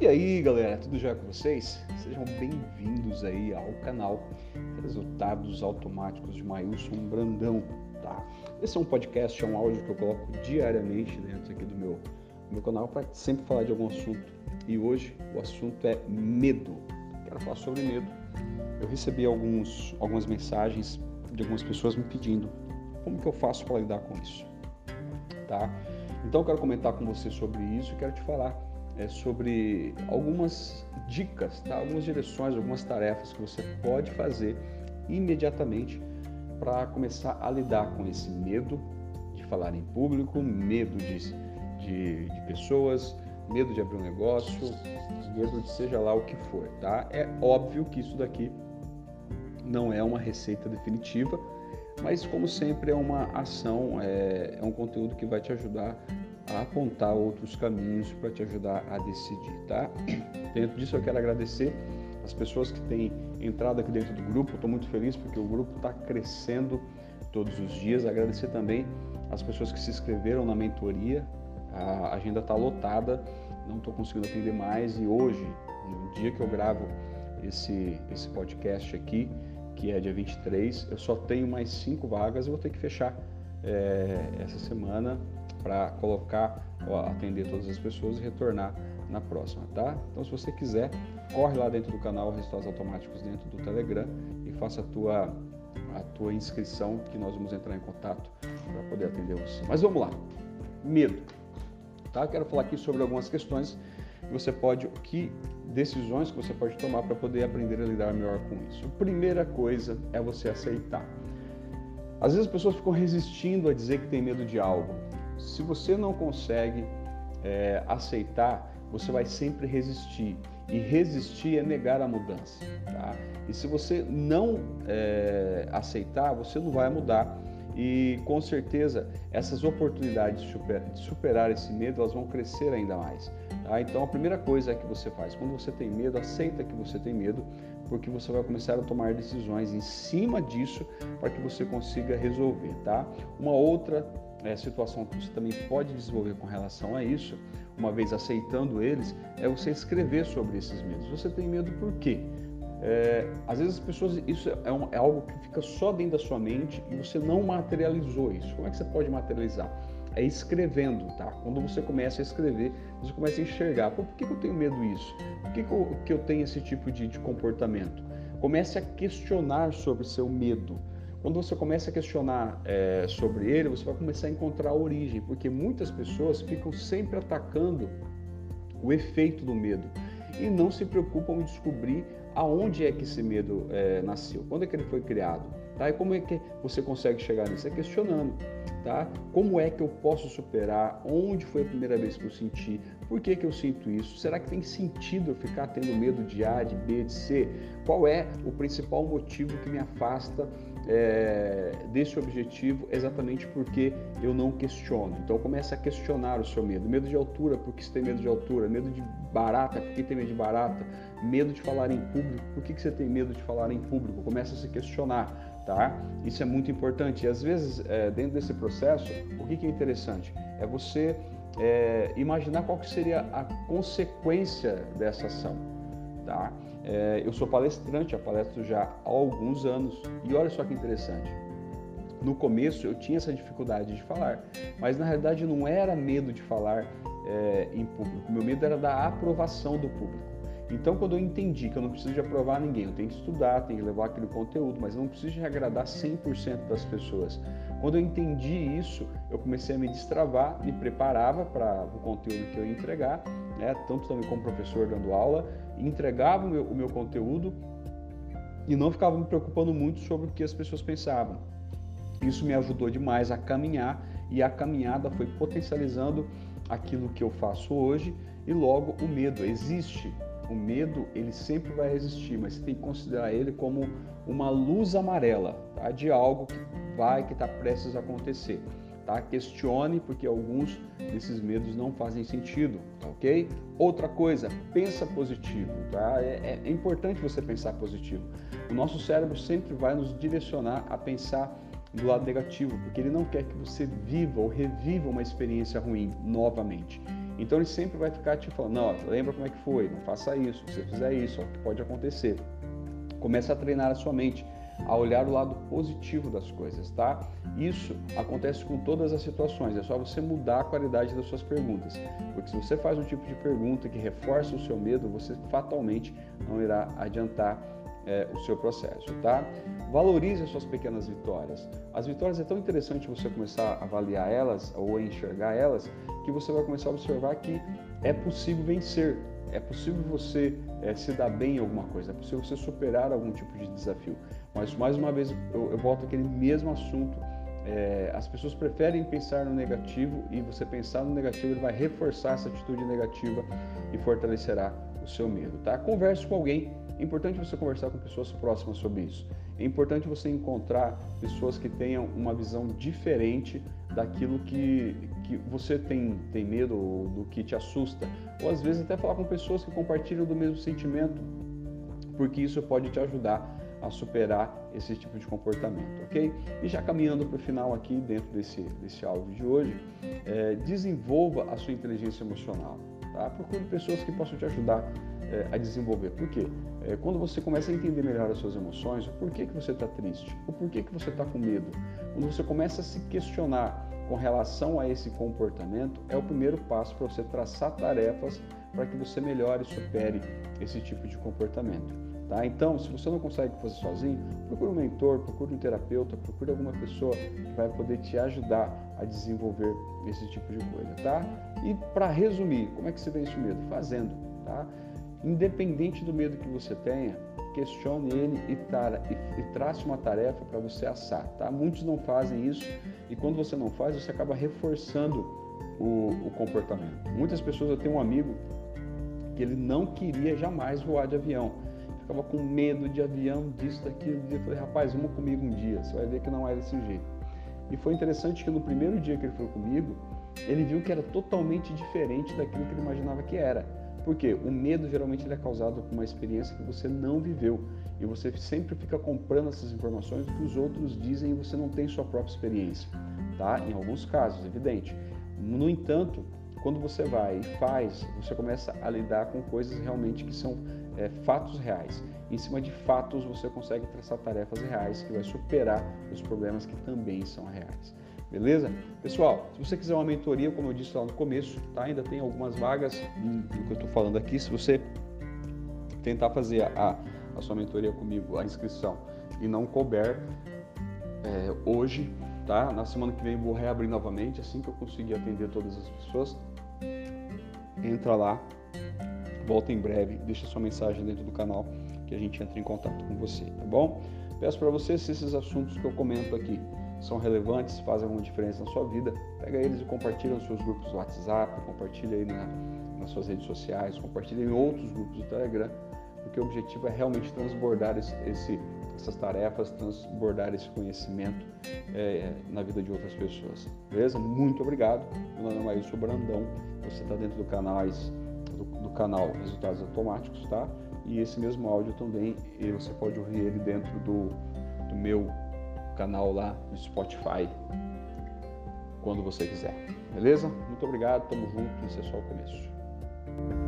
E aí galera, tudo já com vocês? Sejam bem-vindos aí ao canal Resultados Automáticos de Maílson Brandão, tá? Esse é um podcast, é um áudio que eu coloco diariamente dentro aqui do meu canal para sempre falar de algum assunto. E hoje o assunto é medo. Quero falar sobre medo. Eu recebi algumas mensagens de algumas pessoas me pedindo como que eu faço para lidar com isso, tá? Então eu quero comentar com você sobre isso e quero te falar sobre algumas dicas, tá? Algumas direções, algumas tarefas que você pode fazer imediatamente para começar a lidar com esse medo de falar em público, medo de pessoas, medo de abrir um negócio, medo de seja lá o que for, tá? É óbvio que isso daqui não é uma receita definitiva, mas como sempre é uma ação, é um conteúdo que vai te ajudar a apontar outros caminhos para te ajudar a decidir, tá? Dentro disso eu quero agradecer as pessoas que têm entrado aqui dentro do grupo. Estou muito feliz porque o grupo está crescendo todos os dias. Agradecer também as pessoas que se inscreveram na mentoria. A agenda está lotada, não estou conseguindo atender mais e hoje, no dia que eu gravo esse podcast aqui, que é dia 23, eu só tenho mais 5 vagas. Eu vou ter que fechar essa semana para atender todas as pessoas e retornar na próxima, tá? Então, se você quiser, corre lá dentro do canal Resultados Automáticos dentro do Telegram e faça a tua inscrição, que nós vamos entrar em contato para poder atender você. Mas vamos lá, medo, tá? Eu quero falar aqui sobre algumas questões decisões que você pode tomar para poder aprender a lidar melhor com isso. A primeira coisa é você aceitar. Às vezes as pessoas ficam resistindo a dizer que tem medo de algo. Se você não consegue aceitar, você vai sempre resistir. E resistir é negar a mudança, tá? E se você não aceitar, você não vai mudar. E com certeza essas oportunidades de superar esse medo, elas vão crescer ainda mais, tá? Então a primeira coisa que você faz, quando você tem medo, aceita que você tem medo, porque você vai começar a tomar decisões em cima disso para que você consiga resolver, tá? Uma outra situação que você também pode desenvolver com relação a isso, uma vez aceitando eles, é você escrever sobre esses medos. Você tem medo por quê? Às vezes as pessoas, isso é algo que fica só dentro da sua mente e você não materializou isso. Como é que você pode materializar? É escrevendo, tá? Quando você começa a escrever, você começa a enxergar. Por que eu tenho medo disso? Por que eu tenho esse tipo de comportamento? Comece a questionar sobre o seu medo. Quando você começa a questionar sobre ele, você vai começar a encontrar a origem, porque muitas pessoas ficam sempre atacando o efeito do medo e não se preocupam em descobrir aonde é que esse medo nasceu, quando é que ele foi criado, tá? E como é que você consegue chegar nisso? É questionando, tá? Como é que eu posso superar? Onde foi a primeira vez que eu senti? Por que eu sinto isso? Será que tem sentido eu ficar tendo medo de A, de B, de C? Qual é o principal motivo que me afasta desse objetivo? Exatamente porque eu não questiono. Então comece a questionar o seu medo. Medo de altura, por que você tem medo de altura? Medo de barata, por que tem medo de barata? Medo de falar em público, por que você tem medo de falar em público? Comece a se questionar, tá? Isso é muito importante. E às vezes, dentro desse processo, o que é interessante? É você imaginar qual que seria a consequência dessa ação, tá? Eu sou palestrante, eu palestro já há alguns anos e olha só que interessante. No começo eu tinha essa dificuldade de falar, mas na realidade não era medo de falar em público, meu medo era da aprovação do público. Então, quando eu entendi que eu não preciso de aprovar ninguém, eu tenho que estudar, tenho que levar aquele conteúdo, mas eu não preciso de agradar 100% das pessoas. Quando eu entendi isso, eu comecei a me destravar, me preparava para o conteúdo que eu ia entregar, né? Tanto também como professor dando aula, entregava o meu conteúdo e não ficava me preocupando muito sobre o que as pessoas pensavam. Isso me ajudou demais a caminhar e a caminhada foi potencializando aquilo que eu faço hoje e logo o medo existe. O medo, ele sempre vai existir, mas você tem que considerar ele como uma luz amarela, tá? De algo que está prestes a acontecer, tá? Questione, porque alguns desses medos não fazem sentido, tá ok? Outra coisa, pensa positivo, tá? É importante você pensar positivo. O nosso cérebro sempre vai nos direcionar a pensar do lado negativo, porque ele não quer que você viva ou reviva uma experiência ruim novamente. Então ele sempre vai ficar te falando, não, lembra como é que foi, não faça isso, se você fizer isso, ó, o que pode acontecer. Comece a treinar a sua mente a olhar o lado positivo das coisas, tá? Isso acontece com todas as situações, é só você mudar a qualidade das suas perguntas. Porque se você faz um tipo de pergunta que reforça o seu medo, você fatalmente não irá adiantar o seu processo, tá? Valorize as suas pequenas vitórias. As vitórias é tão interessante você começar a avaliar elas ou enxergar elas, que você vai começar a observar que é possível vencer, é possível você se dar bem em alguma coisa, é possível você superar algum tipo de desafio. Mas, mais uma vez, eu volto àquele mesmo assunto. As pessoas preferem pensar no negativo e você pensar no negativo, ele vai reforçar essa atitude negativa e fortalecerá o seu medo, tá? Converse com alguém. É importante você conversar com pessoas próximas sobre isso. É importante você encontrar pessoas que tenham uma visão diferente daquilo que você tem medo ou do que te assusta. Ou às vezes até falar com pessoas que compartilham do mesmo sentimento, porque isso pode te ajudar a superar esse tipo de comportamento, ok? E já caminhando para o final aqui, dentro desse áudio de hoje, desenvolva a sua inteligência emocional, tá? Procure pessoas que possam te ajudar a desenvolver. Por quê? Quando você começa a entender melhor as suas emoções, o porquê que você está triste, o porquê que você está com medo, quando você começa a se questionar com relação a esse comportamento, é o primeiro passo para você traçar tarefas para que você melhore e supere esse tipo de comportamento. Tá? Então, se você não consegue fazer sozinho, procure um mentor, procure um terapeuta, procure alguma pessoa que vai poder te ajudar a desenvolver esse tipo de coisa, tá? E para resumir, como é que você vence o medo? Fazendo, tá? Independente do medo que você tenha, questione ele e trace uma tarefa para você assar, tá? Muitos não fazem isso e quando você não faz, você acaba reforçando o comportamento. Muitas pessoas, eu tenho um amigo que ele não queria jamais voar de avião, ficava com medo de avião, disso, daquilo, eu falei, rapaz, vamos comigo um dia, você vai ver que não é desse jeito. E foi interessante que no primeiro dia que ele foi comigo, ele viu que era totalmente diferente daquilo que ele imaginava que era. Por quê? O medo geralmente ele é causado por uma experiência que você não viveu e você sempre fica comprando essas informações que os outros dizem e você não tem sua própria experiência, tá? Em alguns casos, evidente. No entanto, quando você vai e faz, você começa a lidar com coisas realmente que são fatos reais. Em cima de fatos, você consegue traçar tarefas reais que vai superar os problemas que também são reais. Beleza? Pessoal, se você quiser uma mentoria, como eu disse lá no começo, tá? Ainda tem algumas vagas do que eu estou falando aqui. Se você tentar fazer a sua mentoria comigo, a inscrição, e não couber hoje, tá? Na semana que vem eu vou reabrir novamente, assim que eu conseguir atender todas as pessoas. Entra lá, volta em breve, deixa sua mensagem dentro do canal que a gente entra em contato com você, tá bom? Peço para você, se esses assuntos que eu comento aqui são relevantes, fazem alguma diferença na sua vida, pega eles e compartilha nos seus grupos do WhatsApp, compartilha aí nas suas redes sociais, compartilha em outros grupos do Telegram, porque o objetivo é realmente transbordar essas tarefas, transbordar esse conhecimento na vida de outras pessoas. Beleza? Muito obrigado. Meu nome é Maílson Brandão, você está dentro do canal Resultados Automáticos, tá? E esse mesmo áudio também, você pode ouvir ele dentro do meu canal lá no Spotify, quando você quiser. Beleza? Muito obrigado, tamo junto, esse é só o começo.